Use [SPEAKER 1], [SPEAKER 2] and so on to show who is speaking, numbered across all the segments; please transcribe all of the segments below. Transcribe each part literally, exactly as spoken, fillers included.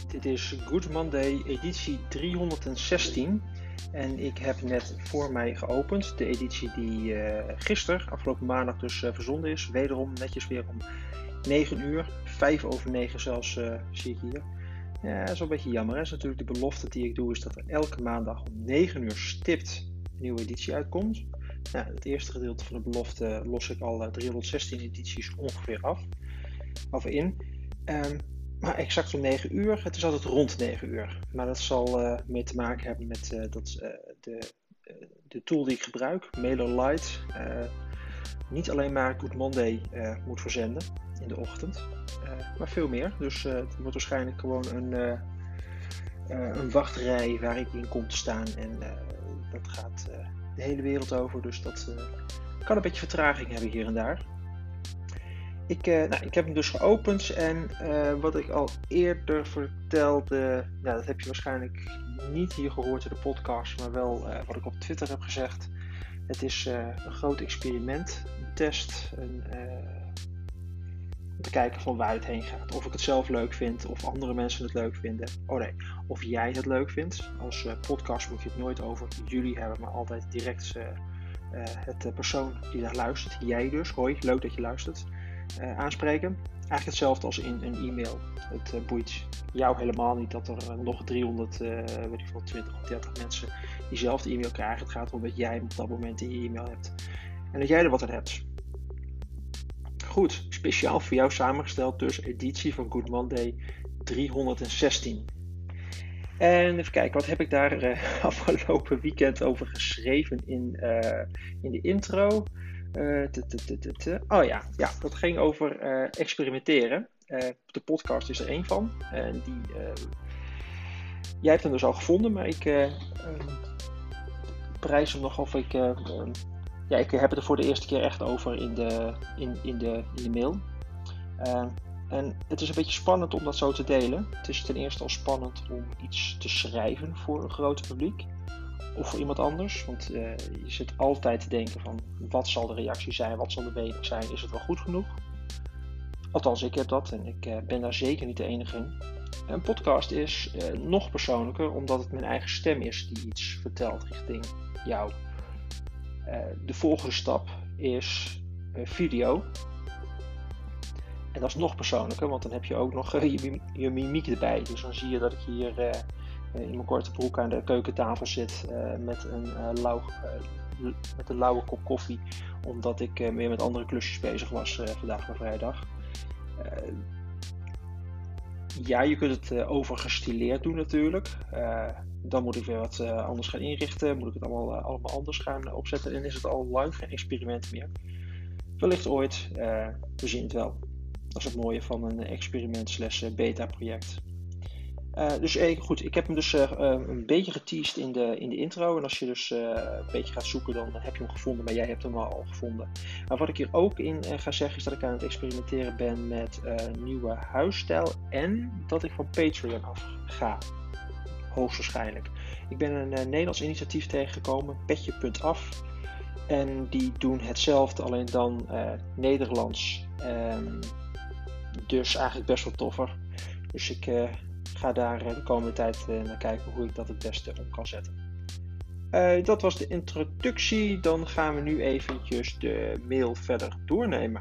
[SPEAKER 1] Dit is Good Monday editie driehonderdzestien en ik heb net voor mij geopend de editie die uh, gisteren, afgelopen maandag dus uh, verzonden is. Wederom netjes weer om negen uur, vijf over negen zelfs uh, zie ik hier. Ja, dat is wel een beetje jammer. Hè? Dat is natuurlijk de belofte die ik doe, is dat er elke maandag om negen uur stipt een nieuwe editie uitkomt. Nou, het eerste gedeelte van de belofte los ik al uh, driehonderdzestien edities ongeveer af, of in. Um, Maar exact om negen uur, het is altijd rond negen uur. Maar dat zal uh, mee te maken hebben met uh, dat, uh, de, uh, de tool die ik gebruik, MailerLite, uh, niet alleen maar Good Monday uh, moet verzenden in de ochtend, uh, maar veel meer. Dus uh, het wordt waarschijnlijk gewoon een, uh, uh, een wachtrij waar ik in kom te staan. En uh, dat gaat uh, de hele wereld over, dus dat uh, kan een beetje vertraging hebben hier en daar. Ik, uh, nou, ik heb hem dus geopend en uh, wat ik al eerder vertelde, nou, dat heb je waarschijnlijk niet hier gehoord in de podcast, maar wel uh, wat ik op Twitter heb gezegd. Het is uh, een groot experiment, een test, een, uh, om te kijken van waar het heen gaat. Of ik het zelf leuk vind, of andere mensen het leuk vinden. Oh nee, of jij het leuk vindt. Als uh, podcast moet je het nooit over jullie hebben, maar altijd direct uh, uh, het uh, persoon die daar luistert. Jij dus, hoi, leuk dat je luistert. Uh, aanspreken. Eigenlijk hetzelfde als in een e-mail. Het uh, boeit jou helemaal niet dat er uh, nog driehonderd, uh, weet ik veel, twintig of dertig mensen diezelfde e-mail krijgen. Het gaat om dat jij op dat moment in je e-mail hebt. En dat jij er wat aan hebt. Goed, speciaal voor jou samengesteld dus editie van Good Monday driehonderdzestien. En even kijken, wat heb ik daar uh, afgelopen weekend over geschreven in, uh, in de intro? Uh, t, t, t, t, t. Oh ja, ja, dat ging over uh, experimenteren. Uh, de podcast is er één van. En die, uh, jij hebt hem dus al gevonden, maar ik uh, uh, prijs hem nog of ik... Uh, uh, ja, ik heb het er voor de eerste keer echt over in de, in, in de, in de mail. Uh, en het is een beetje spannend om dat zo te delen. Het is ten eerste al spannend om iets te schrijven voor een groot publiek. Of voor iemand anders, want uh, je zit altijd te denken van wat zal de reactie zijn, wat zal de mening zijn, is het wel goed genoeg? Althans, ik heb dat en ik uh, ben daar zeker niet de enige in. Een podcast is uh, nog persoonlijker, omdat het mijn eigen stem is die iets vertelt richting jou. Uh, de volgende stap is uh, video. En dat is nog persoonlijker, want dan heb je ook nog uh, je, je mimiek erbij. Dus dan zie je dat ik hier... Uh, in mijn korte broek aan de keukentafel zit uh, met, een, uh, lauw, uh, met een lauwe kop koffie, omdat ik uh, weer met andere klusjes bezig was uh, vandaag maar vrijdag. Uh, ja, je kunt het uh, overgestileerd doen natuurlijk. Uh, dan moet ik weer wat uh, anders gaan inrichten, moet ik het allemaal, uh, allemaal anders gaan opzetten en is het al lang geen experiment meer. Wellicht ooit, uh, we zien het wel. Dat is het mooie van een experiment slash beta project. Uh, dus eh, goed, ik heb hem dus uh, een beetje geteased in de, in de intro. En als je dus uh, een beetje gaat zoeken, dan heb je hem gevonden. Maar jij hebt hem al gevonden. Maar wat ik hier ook in uh, ga zeggen, is dat ik aan het experimenteren ben met uh, nieuwe huisstijl. En dat ik van Patreon af ga. Hoogstwaarschijnlijk. Ik ben een uh, Nederlands initiatief tegengekomen, petje punt af. En die doen hetzelfde, alleen dan uh, Nederlands. Um, dus eigenlijk best wel toffer. Dus ik... Uh, Ik ga daar de komende tijd naar kijken hoe ik dat het beste om kan zetten. Uh, dat was de introductie. Dan gaan we nu eventjes de mail verder doornemen.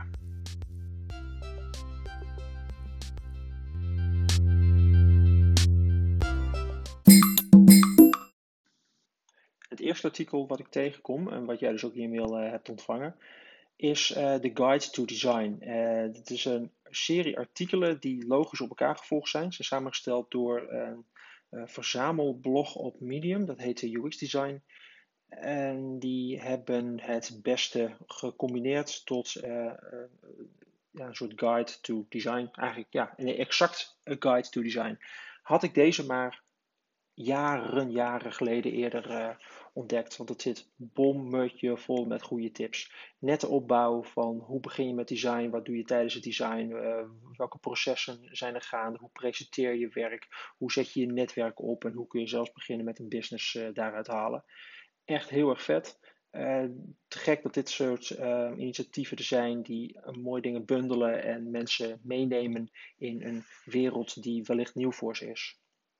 [SPEAKER 1] Het eerste artikel wat ik tegenkom, en wat jij dus ook in je mail uh, hebt ontvangen, is uh, The Guide to Design. Uh, dit is een serie artikelen die logisch op elkaar gevolgd zijn. Ze zijn samengesteld door een uh, verzamelblog op Medium, dat heet U X Design. En die hebben het beste gecombineerd tot uh, uh, ja, een soort guide to design. Eigenlijk ja, nee, exact een guide to design. Had ik deze maar jaren, jaren geleden eerder uh, ontdekt. Want het zit bommetje vol met goede tips. Nette opbouw van hoe begin je met design, wat doe je tijdens het design, uh, welke processen zijn er gaande, hoe presenteer je werk, hoe zet je je netwerk op en hoe kun je zelfs beginnen met een business uh, daaruit halen. Echt heel erg vet. Uh, te gek dat dit soort uh, initiatieven er zijn die uh, mooie dingen bundelen en mensen meenemen in een wereld die wellicht nieuw voor ze is.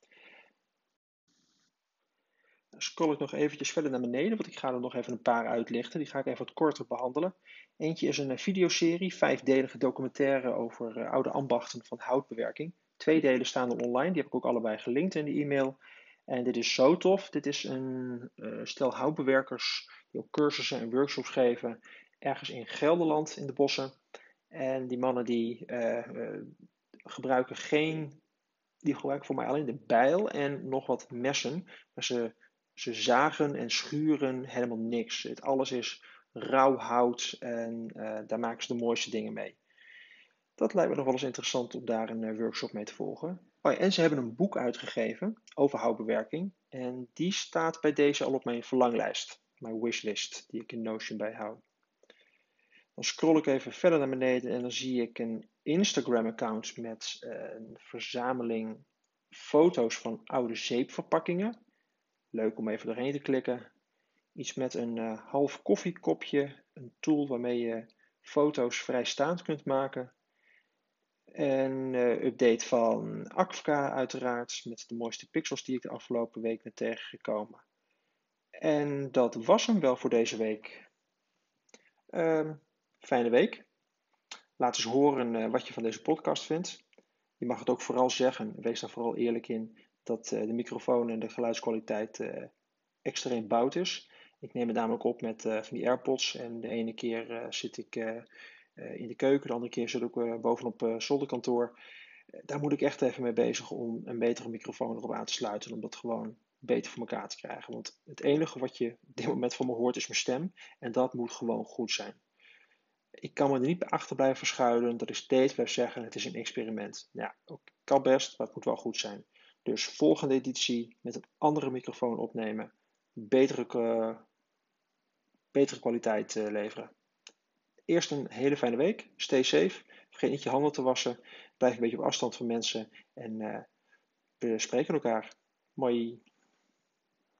[SPEAKER 1] Dan scroll ik nog eventjes verder naar beneden, want ik ga er nog even een paar uitlichten. Die ga ik even wat korter behandelen. Eentje is een videoserie, vijfdelige documentaire over uh, oude ambachten van houtbewerking. Twee delen staan er online, die heb ik ook allebei gelinkt in de e-mail. En dit is zo tof. Dit is een uh, stel houtbewerkers die ook cursussen en workshops geven ergens in Gelderland in de bossen. En die mannen die uh, uh, gebruiken geen, die gebruiken voor mij alleen de bijl en nog wat messen. Maar ze, ze zagen en schuren helemaal niks. Het, alles is rauw hout en uh, daar maken ze de mooiste dingen mee. Dat lijkt me nog wel eens interessant om daar een uh, workshop mee te volgen. Oh ja, en ze hebben een boek uitgegeven over houtbewerking. En die staat bij deze al op mijn verlanglijst. Mijn wishlist, die ik in Notion bijhoud. Dan scroll ik even verder naar beneden en dan zie ik een Instagram-account met uh, een verzameling foto's van oude zeepverpakkingen. Leuk om even doorheen te klikken. Iets met een uh, half koffiekopje. Een tool waarmee je foto's vrijstaand kunt maken. Een uh, update van Akfka uiteraard, met de mooiste pixels die ik de afgelopen week ben tegengekomen. En dat was hem wel voor deze week. Uh, fijne week. Laat eens horen uh, wat je van deze podcast vindt. Je mag het ook vooral zeggen, wees daar vooral eerlijk in, dat uh, de microfoon en de geluidskwaliteit uh, extreem bout is. Ik neem het namelijk op met uh, van die AirPods en de ene keer uh, zit ik... Uh, Uh, in de keuken, de andere keer zit ik uh, bovenop uh, zolderkantoor. Uh, daar moet ik echt even mee bezig om een betere microfoon erop aan te sluiten. Om dat gewoon beter voor elkaar te krijgen. Want het enige wat je op dit moment van me hoort is mijn stem. En dat moet gewoon goed zijn. Ik kan me er niet bij achter blijven verschuilen. Dat ik steeds blijf zeggen, het is een experiment. Ja, kan best, maar het moet wel goed zijn. Dus volgende editie met een andere microfoon opnemen. Betere, uh, betere kwaliteit uh, leveren. Eerst een hele fijne week. Stay safe. Vergeet niet je handen te wassen. Blijf een beetje op afstand van mensen. En uh, we spreken elkaar. Mooi.